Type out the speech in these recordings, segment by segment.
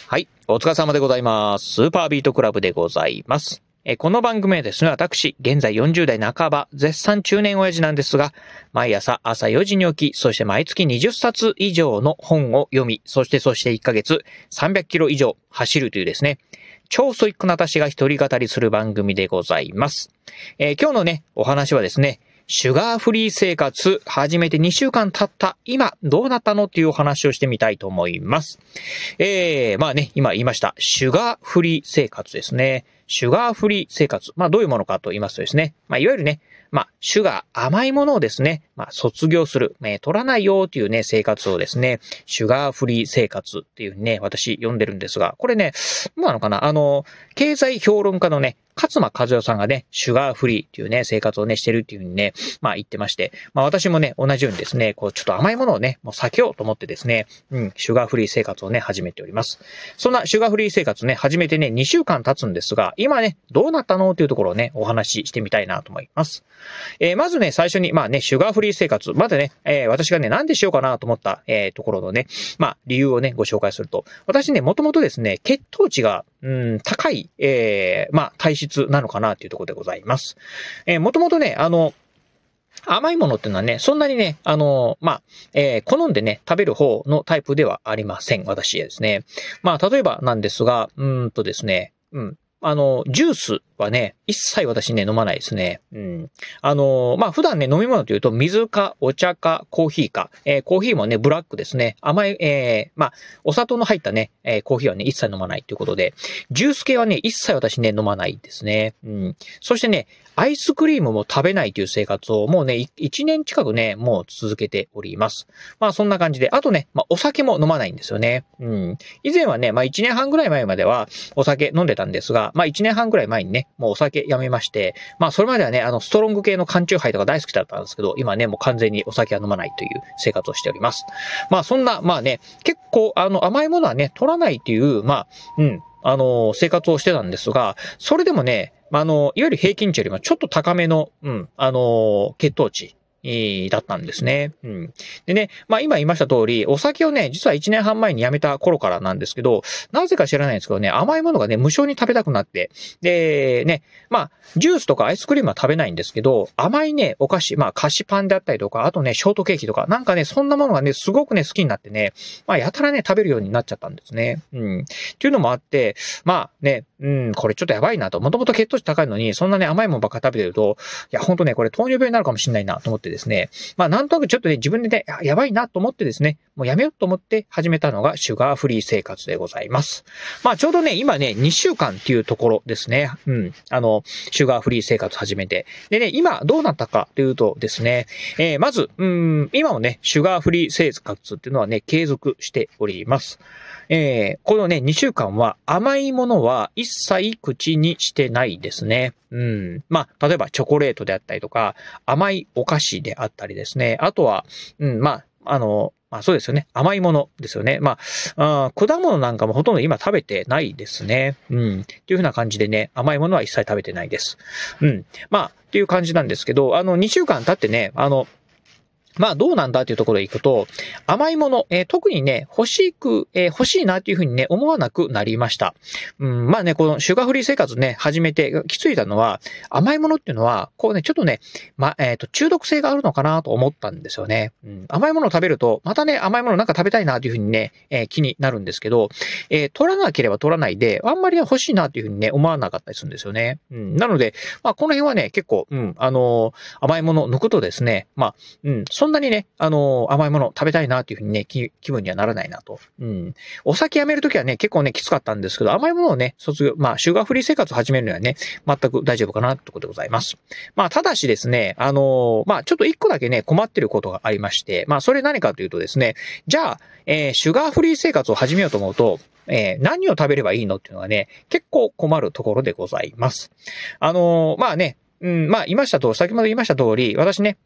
はい。お疲れ様でございます。スーパービートクラブでございます。この番組はですね、私、現在40代半ば、絶賛中年親父なんですが、毎朝4時に起き、そして毎月20冊以上の本を読み、そして1ヶ月300キロ以上走るというですね、超ストイックな私が一人語りする番組でございます。今日のね、お話はですね、シュガーフリー生活始めて2週間経った今どうなったのっていうお話をしてみたいと思います。まあね、今言いましたシュガーフリー生活ですね。シュガーフリー生活。まあどういうものかと言いますとですね、まあいわゆるね、まあシュガー甘いものをですね、まあ卒業する、取らないよというね、生活をですね、シュガーフリー生活っていうね、私呼んでるんですが、これね、どうなのかな経済評論家のね、勝間和代さんがね、シュガーフリーっていうね、生活をね、してるっていう風にね、まあ言ってまして、まあ私もね、同じようにですね、こうちょっと甘いものをね、もう避けようと思ってですね、シュガーフリー生活をね、始めております。そんなシュガーフリー生活ね、始めてね、2週間経つんですが、今ね、どうなったのっていうところをね、お話ししてみたいなと思います。まずね、最初に、まあね、シュガーフリー生活、まだね、私がね、なんでしようかなと思った、ところのね、まあ理由をね、ご紹介すると、私ね、もともとですね、血糖値が、高い、まあ体質なのかなというところでございます。もともとね、甘いものっていうのはね、そんなにね、好んでね、食べる方のタイプではありません。私ですね。まあ、例えばなんですが、ですね、ジュースはね、一切私ね、飲まないですね。普段ね、飲み物というと、水か、お茶か、コーヒーか。コーヒーもね、ブラックですね。甘い、お砂糖の入ったね、コーヒーはね、一切飲まないということで、ジュース系はね、一切私ね、飲まないですね。そしてね、アイスクリームも食べないという生活をもうね、1年近くね、もう続けております。まあそんな感じで、あとね、お酒も飲まないんですよね。以前はね、1年半ぐらい前まではお酒飲んでたんですが、1年半ぐらい前にね、もうお酒やめまして、それまではね、ストロング系の缶チューハイとか大好きだったんですけど、今ね、もう完全にお酒は飲まないという生活をしております。そんな、結構、甘いものはね、取らないっていう、生活をしてたんですが、それでもね、いわゆる平均値よりもちょっと高めの、血糖値。だったんですね。でね、今言いました通り、お酒をね、実は1年半前に辞めた頃からなんですけど、なぜか知らないんですけどね、甘いものがね、無性に食べたくなって、で、ね、ジュースとかアイスクリームは食べないんですけど、甘いね、お菓子、菓子パンであったりとか、あとね、ショートケーキとか、なんかね、そんなものがね、すごくね、好きになってね、やたらね、食べるようになっちゃったんですね。っていうのもあって、これちょっとやばいなと。もともと血糖値高いのに、そんなね、甘いもんばっか食べてると、いや、ほんとね、これ糖尿病になるかもしれないなと思ってですね。なんとなくちょっとね、自分でね、やばいなと思ってですね、もうやめようと思って始めたのがシュガーフリー生活でございます。ちょうどね、今ね、2週間っていうところですね。シュガーフリー生活始めて。でね、今どうなったかというとですね、まず、今もね、シュガーフリー生活っていうのはね、継続しております。このね、2週間は甘いものは一切口にしてないですね。例えばチョコレートであったりとか、甘いお菓子であったりですね。あとは、そうですよね。甘いものですよね。果物なんかもほとんど今食べてないですね。っていうふうな感じでね、甘いものは一切食べてないです。っていう感じなんですけど、2週間経ってね、どうなんだっていうところでいくと、甘いもの、特にね、欲しいなっていうふうにね、思わなくなりました。このシュガーフリー生活ね、始めて気づいたのは、甘いものっていうのは、こうね、ちょっとね、中毒性があるのかなと思ったんですよね。甘いものを食べると、またね、甘いものなんか食べたいなっていうふうにね、気になるんですけど、取らなければ取らないで、あんまり欲しいなっていうふうにね、思わなかったりするんですよね。なので、この辺はね、結構、甘いものを抜くとですね、そんなにね、甘いもの食べたいなっていうふうにね、気分にはならないなと。お酒やめるときはね、結構ね、きつかったんですけど、甘いものをね、シュガーフリー生活を始めるにはね、全く大丈夫かなってことでございます。ただしですね、ちょっと一個だけね、困ってることがありまして、それ何かというとですね、じゃあ、シュガーフリー生活を始めようと思うと、何を食べればいいのっていうのはね、結構困るところでございます。先ほど言いました通り、私ね、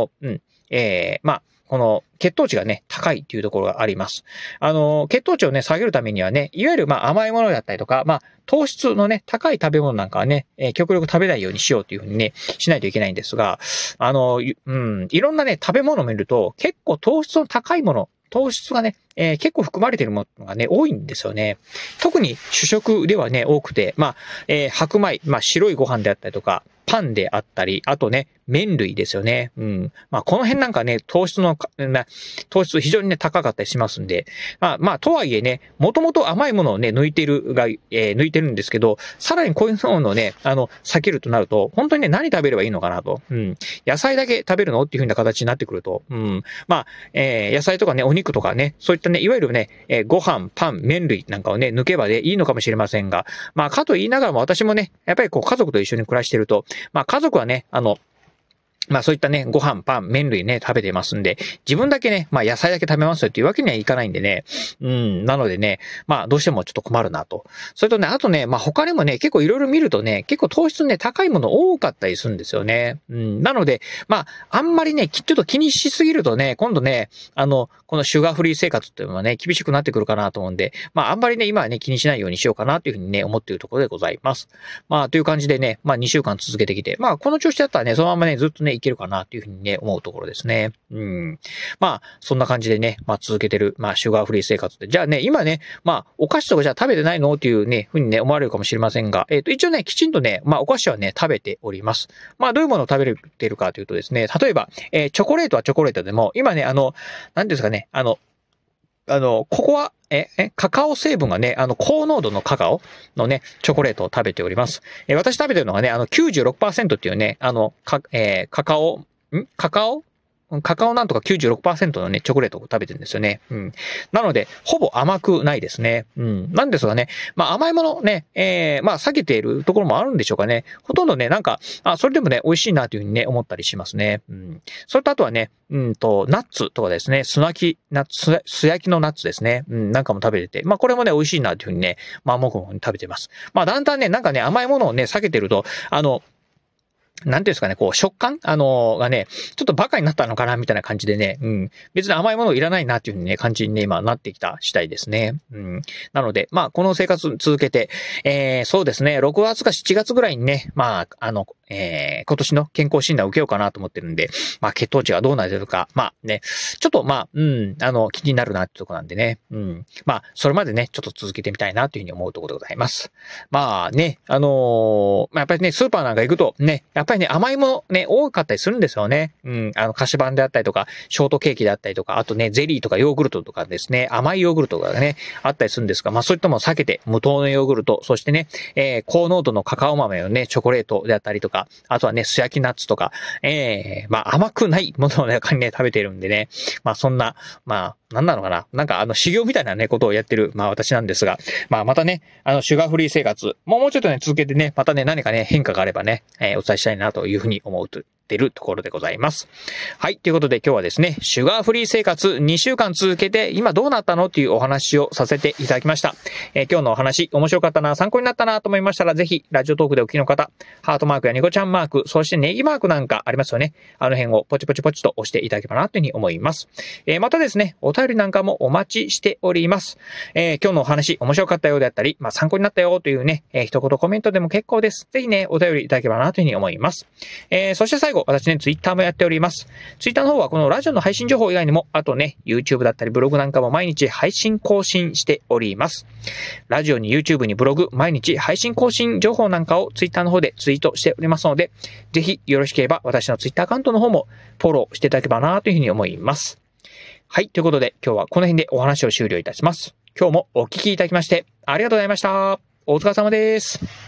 この血糖値がね、高いっていうところがあります。血糖値をね、下げるためにはね、いわゆる甘いものだったりとか、糖質のね、高い食べ物なんかはね、極力食べないようにしようっていうふうにね、しないといけないんですが、いろんなね、食べ物を見ると、結構糖質の高いもの、 糖質がね、結構含まれているものがね、多いんですよね。特に主食ではね、多くて、白米、白いご飯であったりとか、パンであったり、あとね、麺類ですよね。この辺なんかね、糖質非常にね、高かったりしますんで、とはいえね、もともと甘いものをね、抜いてるんですけど、さらにこういうものをね、避けるとなると、本当にね、何食べればいいのかなと。野菜だけ食べるのっていう風な形になってくると、野菜とかね、お肉とかね、そういったね、いわゆるね、ご飯、パン、麺類なんかをね、抜けばでいいのかもしれませんが、かと言いながらも私もね、やっぱりこう家族と一緒に暮らしてると、家族はね、そういったね、ご飯、パン、麺類ね、食べてますんで、自分だけね、野菜だけ食べますよっていうわけにはいかないんでね。なのでね、どうしてもちょっと困るなと。それとね、あとね、他にもね、結構いろいろ見るとね、結構糖質ね、高いもの多かったりするんですよね。なので、あんまりね、ちょっと気にしすぎるとね、今度ね、このシュガーフリー生活っていうのはね、厳しくなってくるかなと思うんで、あんまりね、今はね、気にしないようにしようかなというふうにね、思っているところでございます。という感じでね、2週間続けてきて、この調子だったらね、そのままね、ずっとね、いけるかなというふうにね、思うところですね。そんな感じでね、続けてる、シュガーフリー生活で。じゃあね、今ね、お菓子とかじゃあ食べてないのっていうね、ふうにね、思われるかもしれませんが、一応ね、きちんとね、お菓子はね、食べております。どういうものを食べてるかというとですね、例えば、チョコレートはチョコレートでも、今ね、何ですかね、ここは、カカオ成分がね、高濃度のカカオのね、チョコレートを食べております。私食べてるのがね、96% っていうね、カカオなんとか 96% のね、チョコレートを食べてるんですよね。なので、ほぼ甘くないですね。なんですがね、甘いものね、避けているところもあるんでしょうかね。ほとんどね、なんか、それでもね、美味しいなというふうにね、思ったりしますね。それとあとはね、ナッツとかですね、素焼きのナッツですね。なんかも食べれて、これもね、美味しいなというふうにね、もくもく食べてます。だんだんね、なんかね、甘いものをね、避けてると、なんていうんですかね、こう、食感がね、ちょっとバカになったのかな、みたいな感じでね、別に甘いものいらないな、っていうふうにね、感じにね、今なってきた次第ですね。なので、この生活続けて、そうですね、6月か7月ぐらいにね、今年の健康診断を受けようかなと思ってるんで、血糖値がどうなってるか、ね、ちょっと気になるなってとこなんでね、それまでね、ちょっと続けてみたいな、というふうに思うところでございます。ね、やっぱりね、スーパーなんか行くと、ね、やっぱりね、甘いものね、多かったりするんですよね。菓子パンであったりとか、ショートケーキであったりとか、あとね、ゼリーとかヨーグルトとかですね、甘いヨーグルトがね、あったりするんですが、そういったものを避けて、無糖のヨーグルト、そしてね、高濃度のカカオ豆のね、チョコレートであったりとか、あとはね、素焼きナッツとか、甘くないものをね、食べているんでね、そんな、なんなのかな、なんか修行みたいなね、ことをやってる、私なんですが、またね、シュガーフリー生活、もうちょっとね、続けてね、またね、何かね、変化があればね、お伝えしたいなというふうに思ってるところでございます。はい。ということで今日はですね、シュガーフリー生活2週間続けて今どうなったのっていうお話をさせていただきました。今日のお話面白かったな、参考になったなと思いましたら、ぜひラジオトークでお聞きの方、ハートマークやニコちゃんマーク、そしてネギマークなんかありますよね。あの辺をポチポチポチと押していただければなというふうに思います。またですね、お便りなんかもお待ちしております。今日のお話面白かったようであったり、参考になったよというね、一言コメントでも結構です。ぜひね、お便りいただければなというふうに思います。そして最後、私ね、ツイッターもやっております。ツイッターの方はこのラジオの配信情報以外にも、あとね、YouTube だったりブログなんかも毎日配信更新しております。ラジオに YouTube にブログ、毎日配信更新情報なんかをツイッターの方でツイートしておりますので、ぜひよろしければ私のツイッターアカウントの方もフォローしていただければなというふうに思います。はい、ということで今日はこの辺でお話を終了いたします。今日もお聞きいただきましてありがとうございました。お疲れ様です。